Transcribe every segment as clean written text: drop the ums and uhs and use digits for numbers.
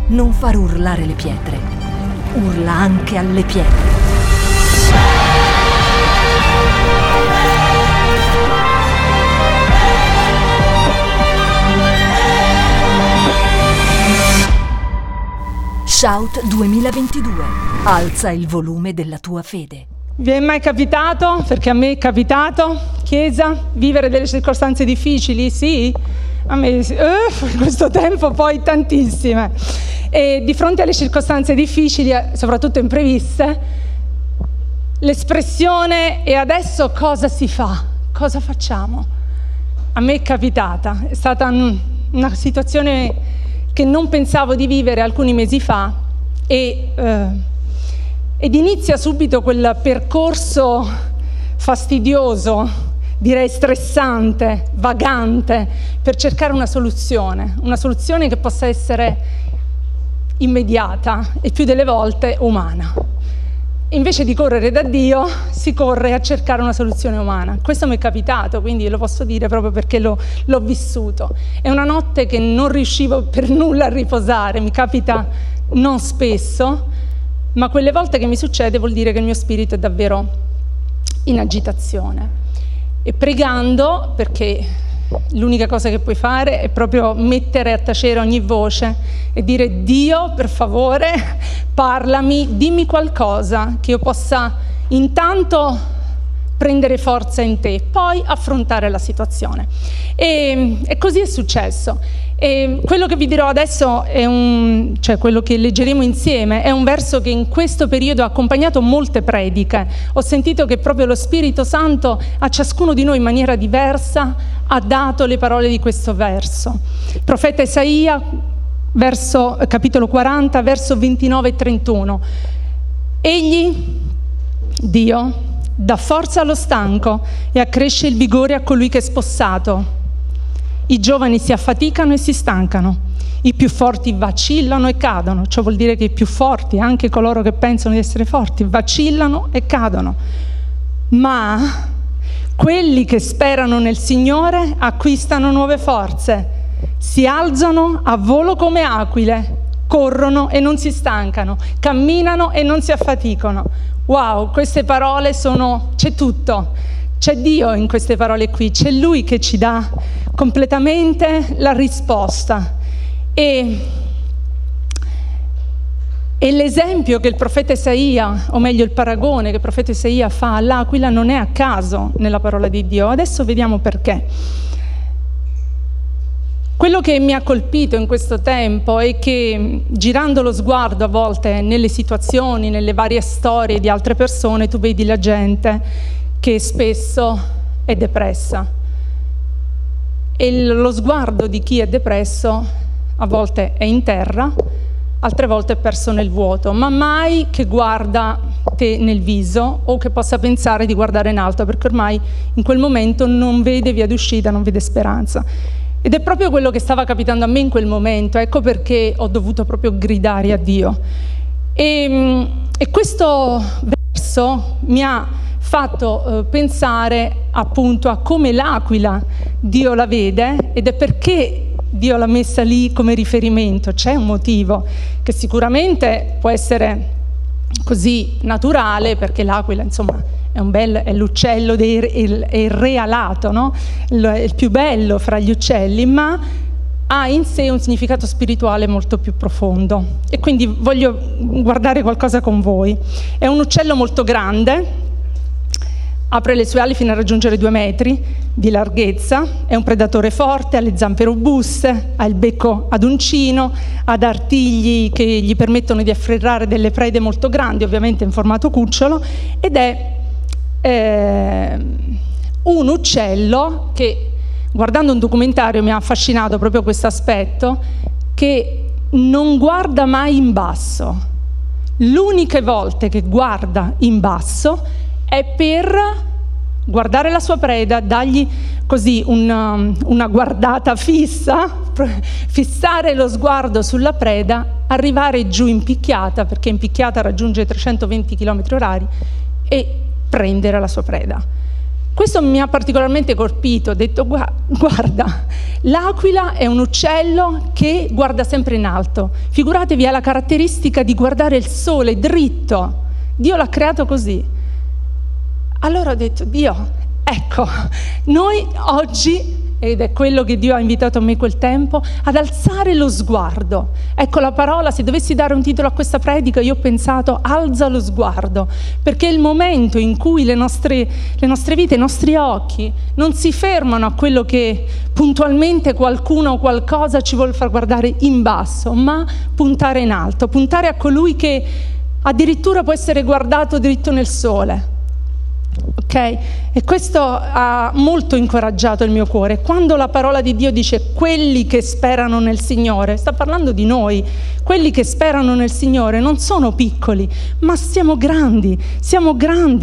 non far urlare le pietre, urla anche alle pietre. Shout 2022. Alza il volume della tua fede. Vi è mai capitato, perché a me è capitato, Chiesa, vivere delle circostanze difficili? Sì, a me in questo tempo poi tantissime. E di fronte alle circostanze difficili, soprattutto impreviste, l'espressione "e adesso cosa si fa? Cosa facciamo?" A me è capitata, è stata una situazione che non pensavo di vivere alcuni mesi fa ed inizia subito quel percorso fastidioso, direi stressante, vagante, per cercare una soluzione che possa essere immediata e più delle volte umana. Invece di correre da Dio, si corre a cercare una soluzione umana. Questo mi è capitato, quindi lo posso dire proprio perché l'ho vissuto. È una notte che non riuscivo per nulla a riposare, mi capita non spesso, ma quelle volte che mi succede vuol dire che il mio spirito è davvero in agitazione. E pregando, perché l'unica cosa che puoi fare è proprio mettere a tacere ogni voce e dire: Dio, per favore, parlami, dimmi qualcosa che io possa intanto prendere forza in te, poi affrontare la situazione. E così è successo. E quello che vi dirò adesso cioè quello che leggeremo insieme, è un verso che in questo periodo ha accompagnato molte prediche. Ho sentito che proprio lo Spirito Santo a ciascuno di noi in maniera diversa ha dato le parole di questo verso. Profeta Isaia, capitolo 40, verso 29 e 31. Egli, Dio, dà forza allo stanco e accresce il vigore a colui che è spossato. I giovani si affaticano e si stancano, i più forti vacillano e cadono. Ciò vuol dire che i più forti, anche coloro che pensano di essere forti, vacillano e cadono. Ma quelli che sperano nel Signore acquistano nuove forze, si alzano a volo come aquile, corrono e non si stancano, camminano e non si affaticano. Wow, queste parole c'è tutto. C'è Dio in queste parole qui, c'è Lui che ci dà completamente la risposta. E l'esempio che il profeta Isaia, o meglio il paragone che il profeta Isaia fa all'aquila, non è a caso nella parola di Dio. Adesso vediamo perché. Quello che mi ha colpito in questo tempo è che, girando lo sguardo a volte nelle situazioni, nelle varie storie di altre persone, tu vedi la gente che spesso è depressa. E lo sguardo di chi è depresso a volte è in terra, altre volte è perso nel vuoto, ma mai che guarda te nel viso o che possa pensare di guardare in alto, perché ormai in quel momento non vede via d'uscita, non vede speranza. Ed è proprio quello che stava capitando a me in quel momento, ecco perché ho dovuto proprio gridare a Dio. E questo verso mi ha fatto pensare appunto a come l'aquila Dio la vede, ed è perché Dio l'ha messa lì come riferimento. C'è un motivo che sicuramente può essere così naturale, perché l'aquila insomma è l'uccello è il re alato, no? È il più bello fra gli uccelli, ma ha in sé un significato spirituale molto più profondo. E quindi voglio guardare qualcosa con voi. È un uccello molto grande, apre le sue ali fino a raggiungere 2 metri di larghezza, è un predatore forte, ha le zampe robuste, ha il becco ad uncino, ha artigli che gli permettono di afferrare delle prede molto grandi, ovviamente in formato cucciolo, ed è un uccello che, guardando un documentario, mi ha affascinato proprio questo aspetto, che non guarda mai in basso. L'unica volta che guarda in basso è per guardare la sua preda, dargli così una guardata fissa, fissare lo sguardo sulla preda, arrivare giù in picchiata, perché in picchiata raggiunge 320 km/h, e prendere la sua preda. questo mi ha particolarmente colpito. Ho detto: guarda, l'aquila è un uccello che guarda sempre in alto. Figuratevi, ha la caratteristica di guardare il sole dritto. Dio l'ha creato così. Allora ho detto: Dio, ecco, noi oggi, ed è quello che Dio ha invitato me quel tempo, ad alzare lo sguardo. Ecco la parola, se dovessi dare un titolo a questa predica, io ho pensato: alza lo sguardo, perché è il momento in cui le nostre vite, i nostri occhi non si fermano a quello che puntualmente qualcuno o qualcosa ci vuole far guardare in basso, ma puntare in alto, puntare a colui che addirittura può essere guardato dritto nel sole. Ok? E questo ha molto incoraggiato il mio cuore. Quando la parola di Dio dice quelli che sperano nel Signore, sta parlando di noi. Quelli che sperano nel Signore non sono piccoli, ma siamo grandi, siamo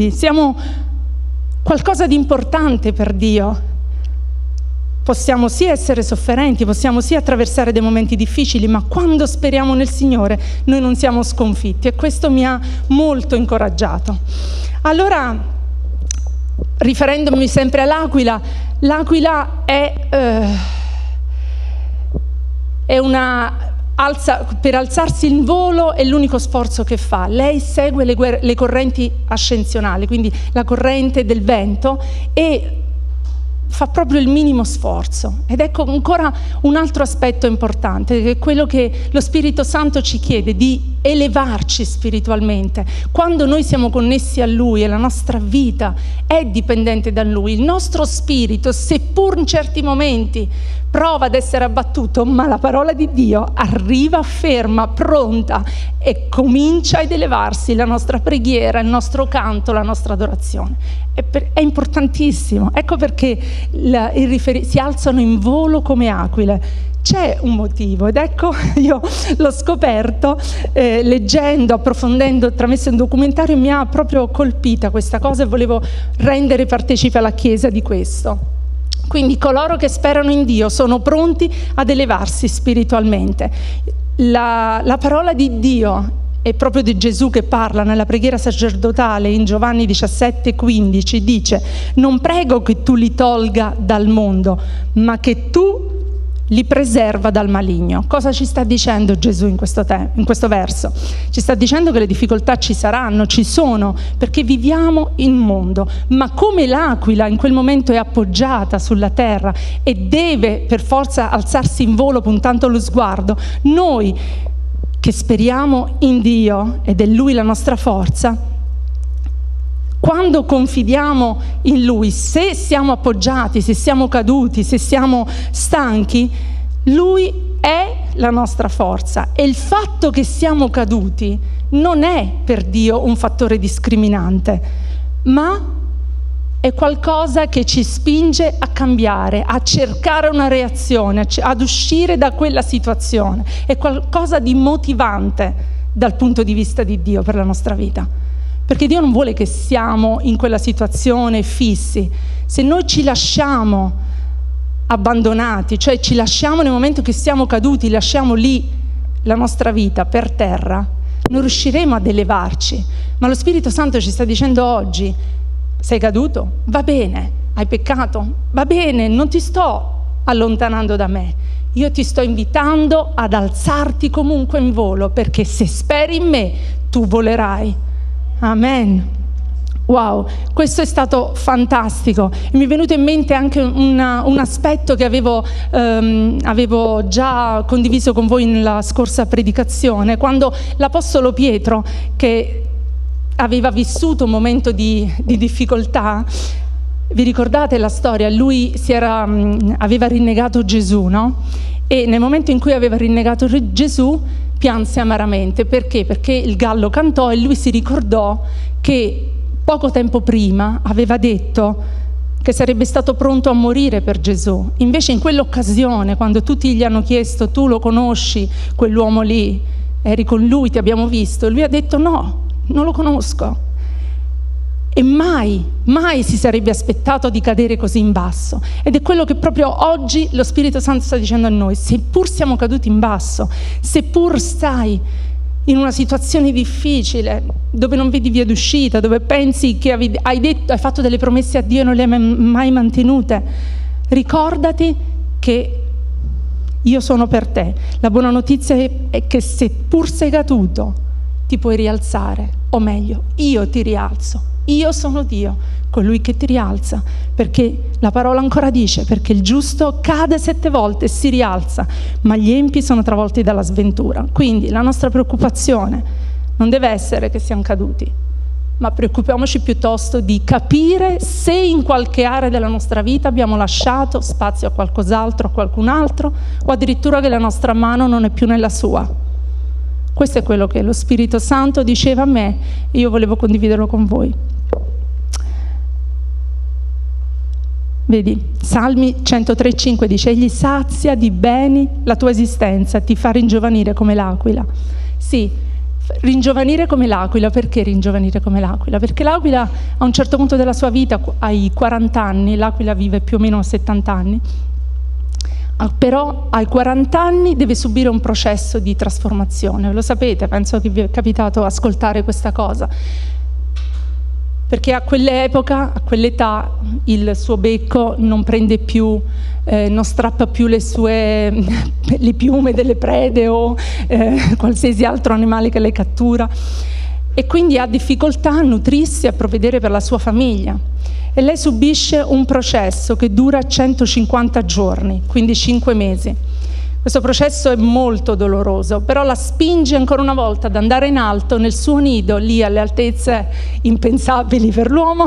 qualcosa di importante per Dio. Possiamo sì essere sofferenti, possiamo sì attraversare dei momenti difficili, ma quando speriamo nel Signore noi non siamo sconfitti, e questo mi ha molto incoraggiato. Allora, riferendomi sempre all'aquila, l'aquila per alzarsi in volo è l'unico sforzo che fa. Lei segue le correnti ascensionali, quindi la corrente del vento, e fa proprio il minimo sforzo. Ed ecco ancora un altro aspetto importante, che è quello che lo Spirito Santo ci chiede, di elevarci spiritualmente. Quando noi siamo connessi a Lui e la nostra vita è dipendente da Lui, il nostro spirito, seppur in certi momenti prova ad essere abbattuto, ma la parola di Dio arriva ferma, pronta, e comincia ad elevarsi la nostra preghiera, il nostro canto, la nostra adorazione. È importantissimo. Ecco perché si alzano in volo come aquile. C'è un motivo, ed ecco, io l'ho scoperto leggendo, approfondendo attraverso un documentario. Mi ha proprio colpita questa cosa e volevo rendere partecipe alla Chiesa di questo. Quindi coloro che sperano in Dio sono pronti ad elevarsi spiritualmente. La parola di Dio è proprio di Gesù che parla nella preghiera sacerdotale in Giovanni 17,15, dice: non prego che tu li tolga dal mondo, ma che tu li preserva dal maligno. Cosa ci sta dicendo Gesù in questo verso? Ci sta dicendo che le difficoltà ci saranno, ci sono, perché viviamo in mondo, ma come l'aquila in quel momento è appoggiata sulla terra e deve per forza alzarsi in volo puntando lo sguardo, noi che speriamo in Dio ed è Lui la nostra forza, quando confidiamo in Lui, se siamo appoggiati, se siamo caduti, se siamo stanchi, Lui è la nostra forza. E il fatto che siamo caduti non è per Dio un fattore discriminante, ma è qualcosa che ci spinge a cambiare, a cercare una reazione, ad uscire da quella situazione. È qualcosa di motivante dal punto di vista di Dio per la nostra vita. Perché Dio non vuole che siamo in quella situazione fissi. Se noi ci lasciamo abbandonati, cioè ci lasciamo nel momento che siamo caduti, lasciamo lì la nostra vita per terra, non riusciremo ad elevarci. Ma lo Spirito Santo ci sta dicendo oggi: sei caduto? Va bene. Hai peccato? Va bene, non ti sto allontanando da me. Io ti sto invitando ad alzarti comunque in volo, perché se speri in me, tu volerai. Amen. Wow, questo è stato fantastico. E mi è venuto in mente anche un aspetto che avevo già condiviso con voi nella scorsa predicazione, quando l'Apostolo Pietro, che aveva vissuto un momento di difficoltà, vi ricordate la storia? Lui aveva rinnegato Gesù, no? E nel momento in cui aveva rinnegato Gesù pianse amaramente. Perché? Perché il gallo cantò e lui si ricordò che poco tempo prima aveva detto che sarebbe stato pronto a morire per Gesù. Invece in quell'occasione, quando tutti gli hanno chiesto: tu lo conosci quell'uomo lì? Eri con lui, ti abbiamo visto. Lui ha detto: no, non lo conosco. E mai si sarebbe aspettato di cadere così in basso. Ed è quello che proprio oggi lo Spirito Santo sta dicendo a noi: seppur siamo caduti in basso, seppur stai in una situazione difficile, dove non vedi via d'uscita, dove pensi che hai fatto delle promesse a Dio e non le hai mai mantenute, ricordati che io sono per te. La buona notizia è che seppur sei caduto, ti puoi rialzare, o meglio, io ti rialzo. Io sono Dio, colui che ti rialza, perché la parola ancora dice, perché il giusto cade 7 volte e si rialza, ma gli empi sono travolti dalla sventura. Quindi la nostra preoccupazione non deve essere che siamo caduti, ma preoccupiamoci piuttosto di capire se in qualche area della nostra vita abbiamo lasciato spazio a qualcos'altro, a qualcun altro, o addirittura che la nostra mano non è più nella sua. Questo è quello che lo Spirito Santo diceva a me e io volevo condividerlo con voi. Vedi, Salmi 103,5 dice: egli sazia di beni la tua esistenza, ti fa ringiovanire come l'aquila. Sì, ringiovanire come l'aquila. Perché ringiovanire come l'aquila? Perché l'aquila a un certo punto della sua vita, ai 40 anni, l'aquila vive più o meno a 70 anni, però ai 40 anni deve subire un processo di trasformazione. Lo sapete, penso che vi è capitato ascoltare questa cosa, perché a quell'epoca, a quell'età, il suo becco non prende più, non strappa più le piume delle prede o qualsiasi altro animale che le cattura, e quindi ha difficoltà a nutrirsi, a provvedere per la sua famiglia. E lei subisce un processo che dura 150 giorni, quindi 5 mesi. Questo processo è molto doloroso, però la spinge ancora una volta ad andare in alto nel suo nido, lì alle altezze impensabili per l'uomo,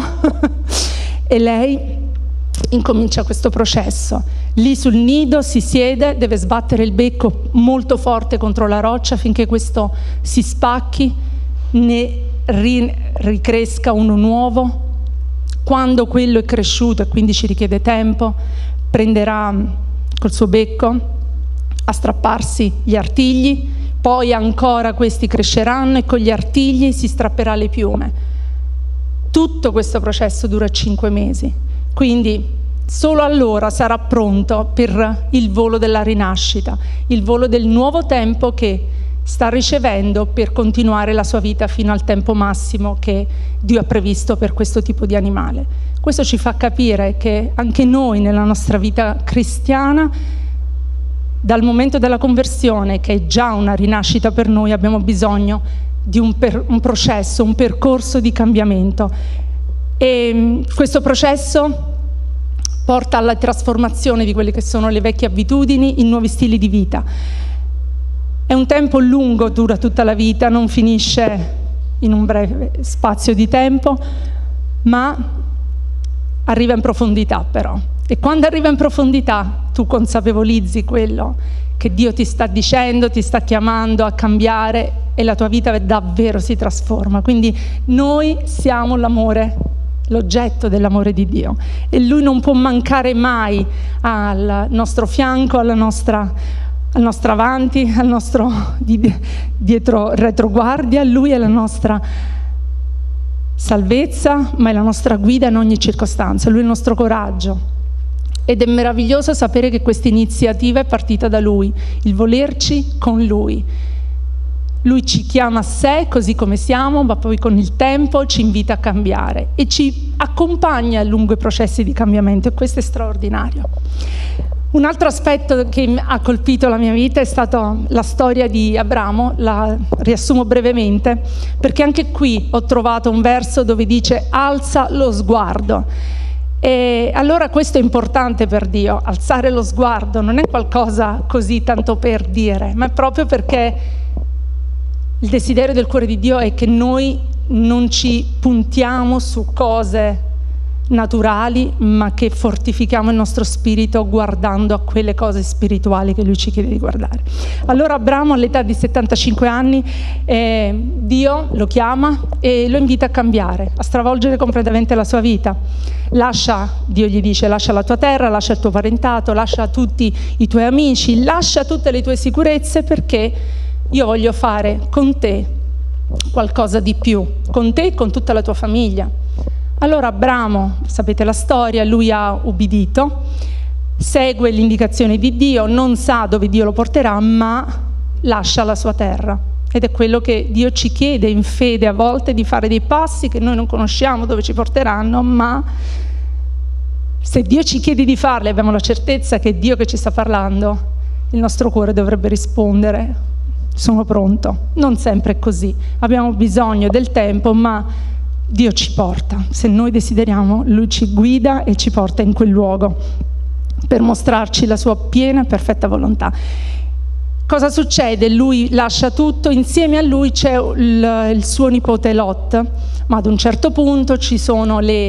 e lei incomincia questo processo. Lì sul nido si siede, deve sbattere il becco molto forte contro la roccia finché questo si spacchi, ne ricresca uno nuovo. Quando quello è cresciuto, e quindi ci richiede tempo, prenderà col suo becco a strapparsi gli artigli, poi ancora questi cresceranno e con gli artigli si strapperà le piume. Tutto questo processo dura 5 mesi, quindi solo allora sarà pronto per il volo della rinascita, il volo del nuovo tempo che sta ricevendo per continuare la sua vita fino al tempo massimo che Dio ha previsto per questo tipo di animale. Questo ci fa capire che anche noi nella nostra vita cristiana, dal momento della conversione, che è già una rinascita per noi, abbiamo bisogno di un processo, un percorso di cambiamento. E questo processo porta alla trasformazione di quelle che sono le vecchie abitudini in nuovi stili di vita. È un tempo lungo, dura tutta la vita, non finisce in un breve spazio di tempo, ma arriva in profondità però. E quando arriva in profondità tu consapevolizzi quello che Dio ti sta dicendo, ti sta chiamando a cambiare e la tua vita davvero si trasforma. Quindi noi siamo l'amore, l'oggetto dell'amore di Dio, e Lui non può mancare mai al nostro fianco, al nostro avanti, al nostro dietro retroguardia. Lui è la nostra salvezza, ma è la nostra guida in ogni circostanza. Lui è il nostro coraggio. Ed è meraviglioso sapere che questa iniziativa è partita da Lui, il volerci con Lui. Lui ci chiama a sé così come siamo, ma poi con il tempo ci invita a cambiare e ci accompagna lungo i processi di cambiamento, e questo è straordinario. Un altro aspetto che ha colpito la mia vita è stata la storia di Abramo. La riassumo brevemente, perché anche qui ho trovato un verso dove dice: alza lo sguardo. E allora questo è importante per Dio. Alzare lo sguardo non è qualcosa così tanto per dire, ma è proprio perché il desiderio del cuore di Dio è che noi non ci puntiamo su cose naturali, ma che fortifichiamo il nostro spirito guardando a quelle cose spirituali che Lui ci chiede di guardare. Allora Abramo, all'età di 75 anni, Dio lo chiama e lo invita a cambiare, a stravolgere completamente la sua vita. Dio gli dice: lascia la tua terra, lascia il tuo parentato, lascia tutti i tuoi amici, lascia tutte le tue sicurezze, perché io voglio fare con te qualcosa di più, con te e con tutta la tua famiglia. Allora Abramo, sapete la storia, lui ha ubbidito, segue l'indicazione di Dio, non sa dove Dio lo porterà, ma lascia la sua terra ed è quello che Dio ci chiede in fede a volte, di fare dei passi che noi non conosciamo dove ci porteranno, ma se Dio ci chiede di farli, abbiamo la certezza che è Dio che ci sta parlando, il nostro cuore dovrebbe rispondere: sono pronto. Non sempre è così, abbiamo bisogno del tempo, ma Dio ci porta. Se noi desideriamo, Lui ci guida e ci porta in quel luogo per mostrarci la sua piena e perfetta volontà. Cosa succede? Lui lascia tutto, insieme a lui c'è il suo nipote Lot, ma ad un certo punto ci sono le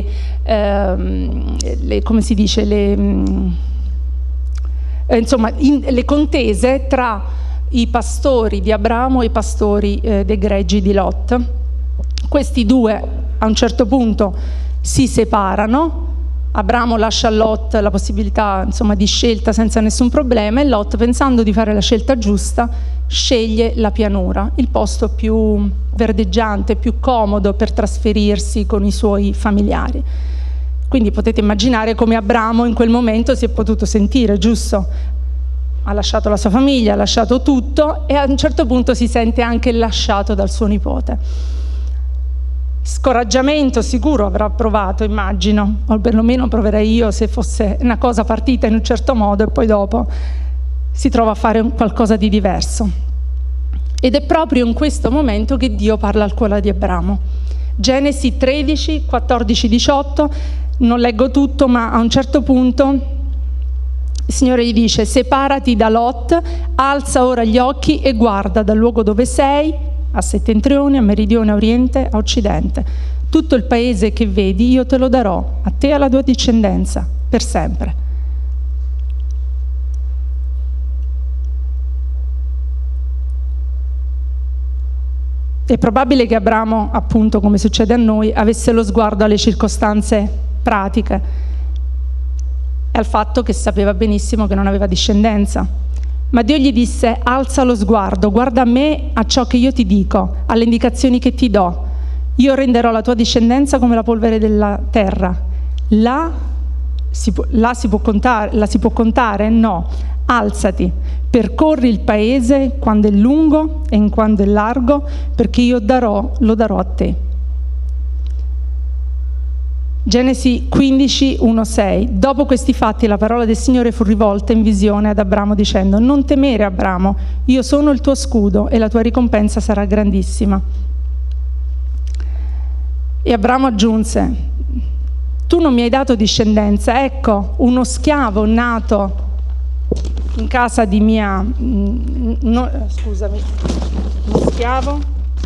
contese tra i pastori di Abramo e i pastori dei greggi di Lot. Questi due a un certo punto si separano. Abramo lascia a Lot la possibilità, di scelta senza nessun problema, e Lot, pensando di fare la scelta giusta, sceglie la pianura, il posto più verdeggiante, più comodo per trasferirsi con i suoi familiari. Quindi potete immaginare come Abramo in quel momento si è potuto sentire, giusto? Ha lasciato la sua famiglia, ha lasciato tutto, e a un certo punto si sente anche lasciato dal suo nipote. Scoraggiamento sicuro avrà provato, immagino, o perlomeno proverei io se fosse una cosa partita in un certo modo e poi dopo si trova a fare qualcosa di diverso. Ed è proprio in questo momento che Dio parla al cuore di Abramo. Genesi 13, 14, 18, non leggo tutto, ma a un certo punto il Signore gli dice: separati da Lot, alza ora gli occhi e guarda dal luogo dove sei, a settentrione, a meridione, a oriente, a occidente. Tutto il paese che vedi io te lo darò, a te e alla tua discendenza, per sempre. È probabile che Abramo, appunto come succede a noi, avesse lo sguardo alle circostanze pratiche e al fatto che sapeva benissimo che non aveva discendenza. Ma Dio gli disse: alza lo sguardo, guarda a me, a ciò che io ti dico, alle indicazioni che ti do. Io renderò la tua discendenza come la polvere della terra. La si può contare? No. Alzati, percorri il paese quando è lungo e in quando è largo, perché io lo darò a te. Genesi 15, 1-6. Dopo questi fatti la parola del Signore fu rivolta in visione ad Abramo dicendo: non temere, Abramo, io sono il tuo scudo e la tua ricompensa sarà grandissima. E Abramo aggiunse: tu non mi hai dato discendenza, ecco, uno schiavo nato in casa di uno schiavo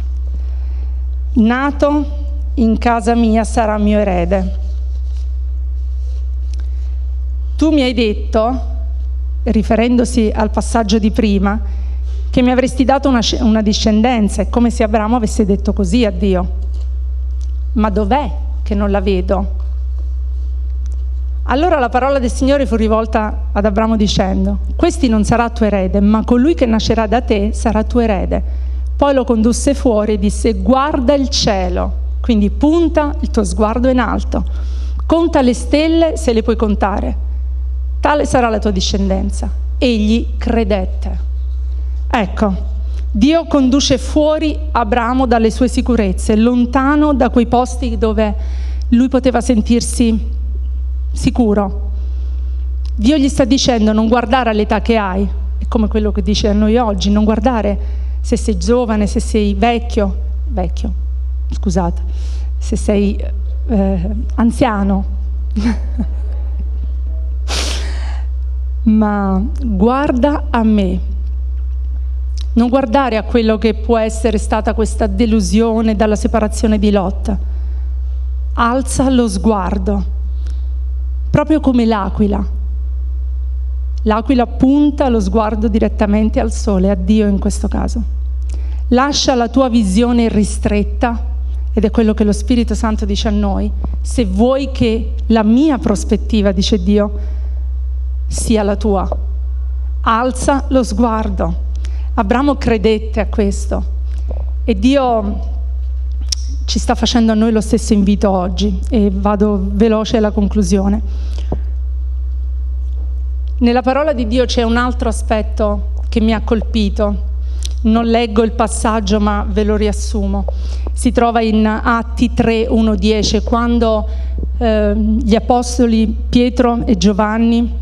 nato in casa mia sarà mio erede. Tu mi hai detto, riferendosi al passaggio di prima, che mi avresti dato una discendenza. È come se Abramo avesse detto così a Dio: ma dov'è che non la vedo? Allora la parola del Signore fu rivolta ad Abramo dicendo: questi non sarà tuo erede, ma colui che nascerà da te sarà tuo erede. Poi lo condusse fuori e disse: guarda il cielo. Quindi punta il tuo sguardo in alto, conta le stelle se le puoi contare, tale sarà la tua discendenza. Egli credette. Ecco, Dio conduce fuori Abramo dalle sue sicurezze, lontano da quei posti dove lui poteva sentirsi sicuro. Dio gli sta dicendo: non guardare all'età che hai, è come quello che dice a noi oggi, non guardare se sei giovane, se sei vecchio, se sei anziano, ma guarda a me. Non guardare a quello che può essere stata questa delusione dalla separazione di Lot. Alza lo sguardo, proprio come l'aquila. L'aquila punta lo sguardo direttamente al sole, a Dio in questo caso. Lascia la tua visione ristretta, ed è quello che lo Spirito Santo dice a noi: se vuoi che la mia prospettiva, dice Dio, sia la tua, alza lo sguardo. Abramo credette a questo e Dio ci sta facendo a noi lo stesso invito oggi, e vado veloce alla conclusione. Nella parola di Dio c'è un altro aspetto che mi ha colpito. Non leggo il passaggio, ma ve lo riassumo. Si trova in Atti 3, 1, 10, quando gli apostoli Pietro e Giovanni,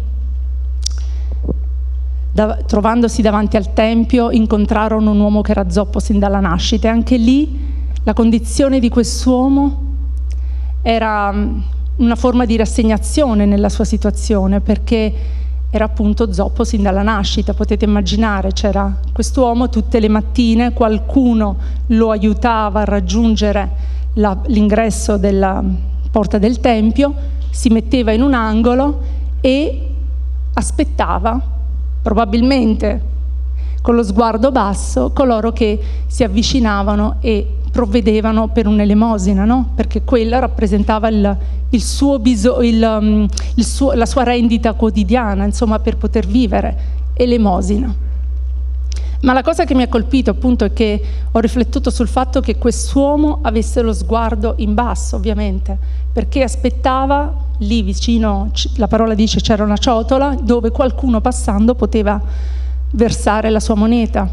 trovandosi davanti al Tempio, incontrarono un uomo che era zoppo sin dalla nascita. E anche lì la condizione di quest'uomo era una forma di rassegnazione nella sua situazione, perché era appunto zoppo sin dalla nascita. Potete immaginare, c'era quest'uomo, tutte le mattine qualcuno lo aiutava a raggiungere l'ingresso della porta del Tempio, si metteva in un angolo e aspettava, probabilmente con lo sguardo basso, coloro che si avvicinavano e provvedevano per un'elemosina, no? Perché quella rappresentava il suo la sua rendita quotidiana, insomma, per poter vivere, elemosina. Ma la cosa che mi ha colpito appunto è che ho riflettuto sul fatto che quest'uomo avesse lo sguardo in basso, ovviamente, perché aspettava lì vicino, la parola dice c'era una ciotola dove qualcuno passando poteva versare la sua moneta.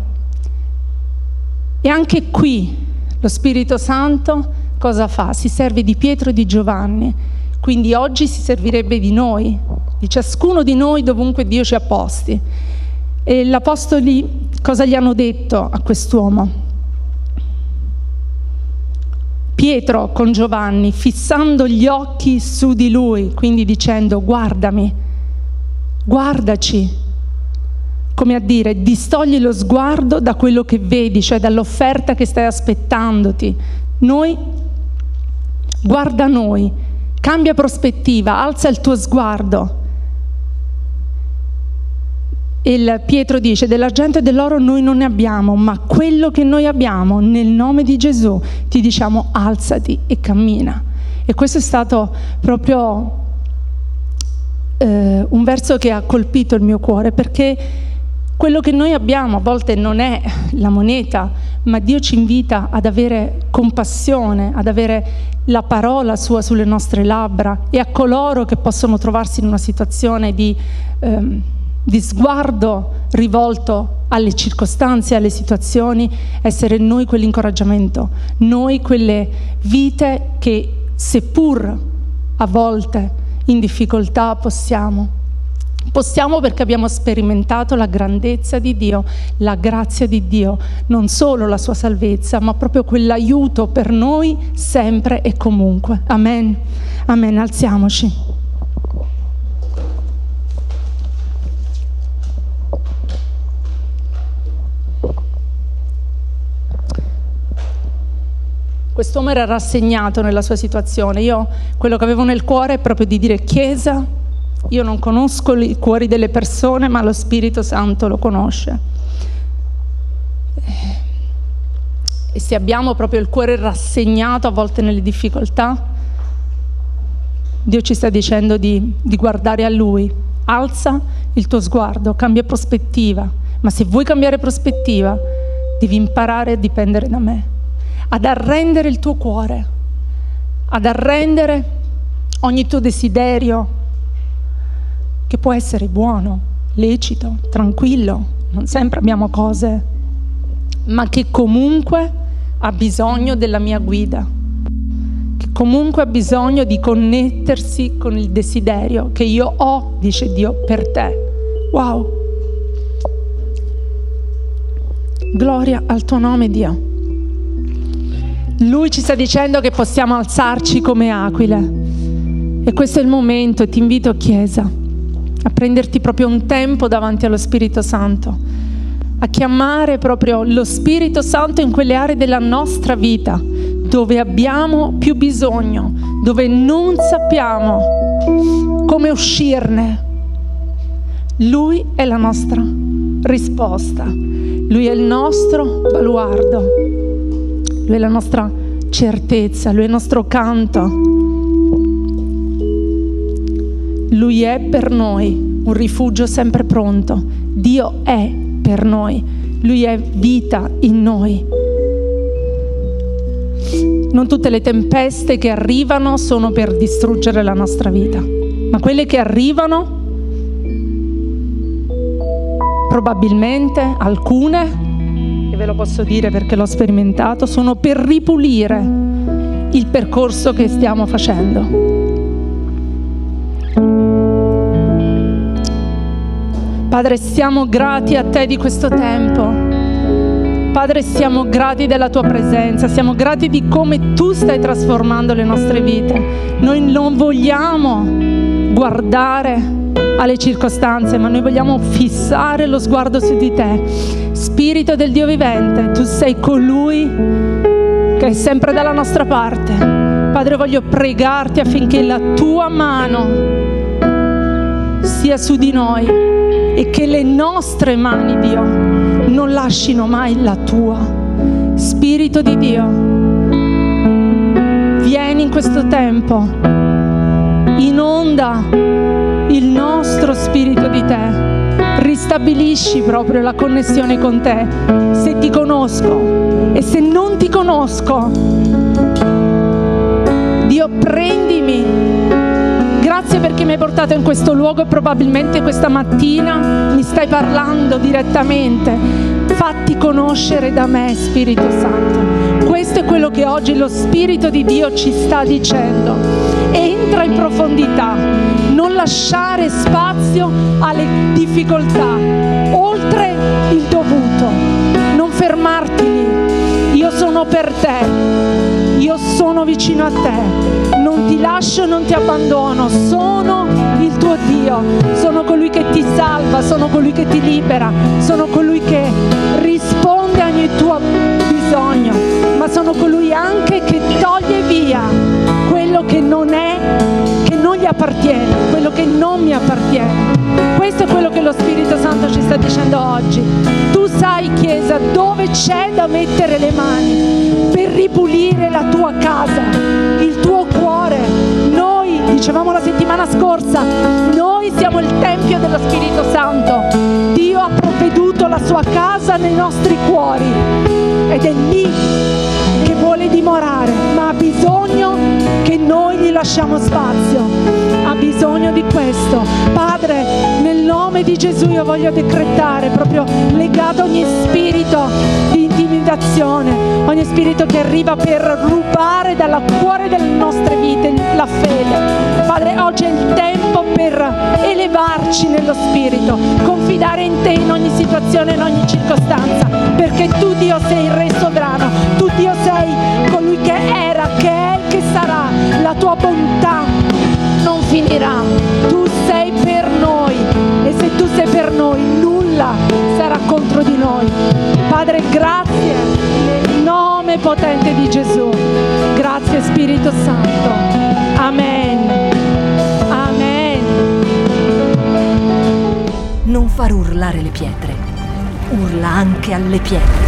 E anche qui lo Spirito Santo cosa fa? Si serve di Pietro e di Giovanni. Quindi oggi si servirebbe di noi, di ciascuno di noi dovunque Dio ci ha posti. E gli apostoli cosa gli hanno detto a quest'uomo? Pietro con Giovanni, fissando gli occhi su di lui, quindi dicendo: guardami, guardaci, come a dire, distogli lo sguardo da quello che vedi, cioè dall'offerta che stai aspettandoti. Guarda noi, cambia prospettiva, alza il tuo sguardo. E il Pietro dice: dell'argento e dell'oro noi non ne abbiamo, ma quello che noi abbiamo, nel nome di Gesù, ti diciamo alzati e cammina. E questo è stato proprio un verso che ha colpito il mio cuore, perché quello che noi abbiamo a volte non è la moneta, ma Dio ci invita ad avere compassione, ad avere la parola sua sulle nostre labbra, e a coloro che possono trovarsi in una situazione di sguardo rivolto alle circostanze, alle situazioni, essere noi quell'incoraggiamento, noi quelle vite che, seppur a volte in difficoltà, possiamo perché abbiamo sperimentato la grandezza di Dio, la grazia di Dio, non solo la sua salvezza, ma proprio quell'aiuto per noi sempre e comunque. Amen. Amen. Alziamoci. Quest'uomo era rassegnato nella sua situazione. Io quello che avevo nel cuore è proprio di dire: Chiesa, io non conosco i cuori delle persone, ma lo Spirito Santo lo conosce. E se abbiamo proprio il cuore rassegnato a volte nelle difficoltà, Dio ci sta dicendo di guardare a Lui. Alza il tuo sguardo, cambia prospettiva. Ma se vuoi cambiare prospettiva, devi imparare a dipendere da me, ad arrendere il tuo cuore, ad arrendere ogni tuo desiderio, che può essere buono, lecito, tranquillo, non sempre abbiamo cose, ma che comunque ha bisogno della mia guida, che comunque ha bisogno di connettersi con il desiderio che io ho, dice Dio, per te. Wow! Gloria al tuo nome, Dio. Lui ci sta dicendo che possiamo alzarci come aquile, e questo è il momento. E ti invito, Chiesa, a prenderti proprio un tempo davanti allo Spirito Santo, a chiamare proprio lo Spirito Santo in quelle aree della nostra vita dove abbiamo più bisogno, dove non sappiamo come uscirne. Lui è la nostra risposta, Lui è il nostro baluardo, Lui è la nostra certezza, Lui è il nostro canto. Lui è per noi un rifugio sempre pronto. Dio è per noi. Lui è vita in noi. Non tutte le tempeste che arrivano sono per distruggere la nostra vita, ma quelle che arrivano, probabilmente alcune, e ve lo posso dire perché l'ho sperimentato, sono per ripulire il percorso che stiamo facendo. Padre, siamo grati a Te di questo tempo. Padre, siamo grati della Tua presenza, siamo grati di come Tu stai trasformando le nostre vite. Noi non vogliamo guardare alle circostanze, ma noi vogliamo fissare lo sguardo su di Te. Spirito del Dio vivente, Tu sei colui che è sempre dalla nostra parte. Padre, voglio pregarti affinché la Tua mano sia su di noi e che le nostre mani, Dio, non lascino mai la Tua. Spirito di Dio, vieni in questo tempo, inonda il nostro spirito di Te, ristabilisci proprio la connessione con Te. Se Ti conosco e se non Ti conosco, Dio, prendimi. Grazie perché mi hai portato in questo luogo e probabilmente questa mattina mi stai parlando direttamente. Fatti conoscere da me, Spirito Santo. Questo è quello che oggi lo Spirito di Dio ci sta dicendo. Entra in profondità, non lasciare spazio alle difficoltà, oltre il dovuto. Non fermarti lì. Io sono per te, io sono vicino a te, non ti lascio, non ti abbandono, sono il tuo Dio, sono colui che ti salva, sono colui che ti libera, sono colui che risponde a ogni tuo bisogno, ma sono colui anche che toglie via quello che non è, che non gli appartiene, quello che non mi appartiene. Questo è quello che lo Spirito Santo ci sta dicendo oggi. Tu sai, Chiesa, dove c'è da mettere le mani per ripulire la tua casa, il tuo cuore. Noi, dicevamo la settimana scorsa, noi siamo il Tempio dello Spirito Santo. Dio ha provveduto la sua casa nei nostri cuori ed è lì che vuole dimorare, ma ha bisogno che noi gli lasciamo spazio. Ha bisogno di questo. Padre, nel nome di Gesù io voglio decretare, proprio legato a ogni spirito di intimidazione, ogni spirito che arriva per rubare dal cuore delle nostre vite la fede. Padre, oggi è il tempo per elevarci nello spirito, confidare in te in ogni situazione, in ogni circostanza, perché tu, Dio, sei il Re sovrano, tu, Dio, sei colui che era, che è e che sarà. La tua bontà non finirà, tu sei per noi e se tu sei per noi nulla sarà contro di noi. Padre, grazie nel nome potente di Gesù. Grazie Spirito Santo. Amen. Amen. Non far urlare le pietre, urla anche alle pietre.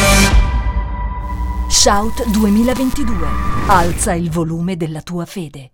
Shout 2022. Alza il volume della tua fede.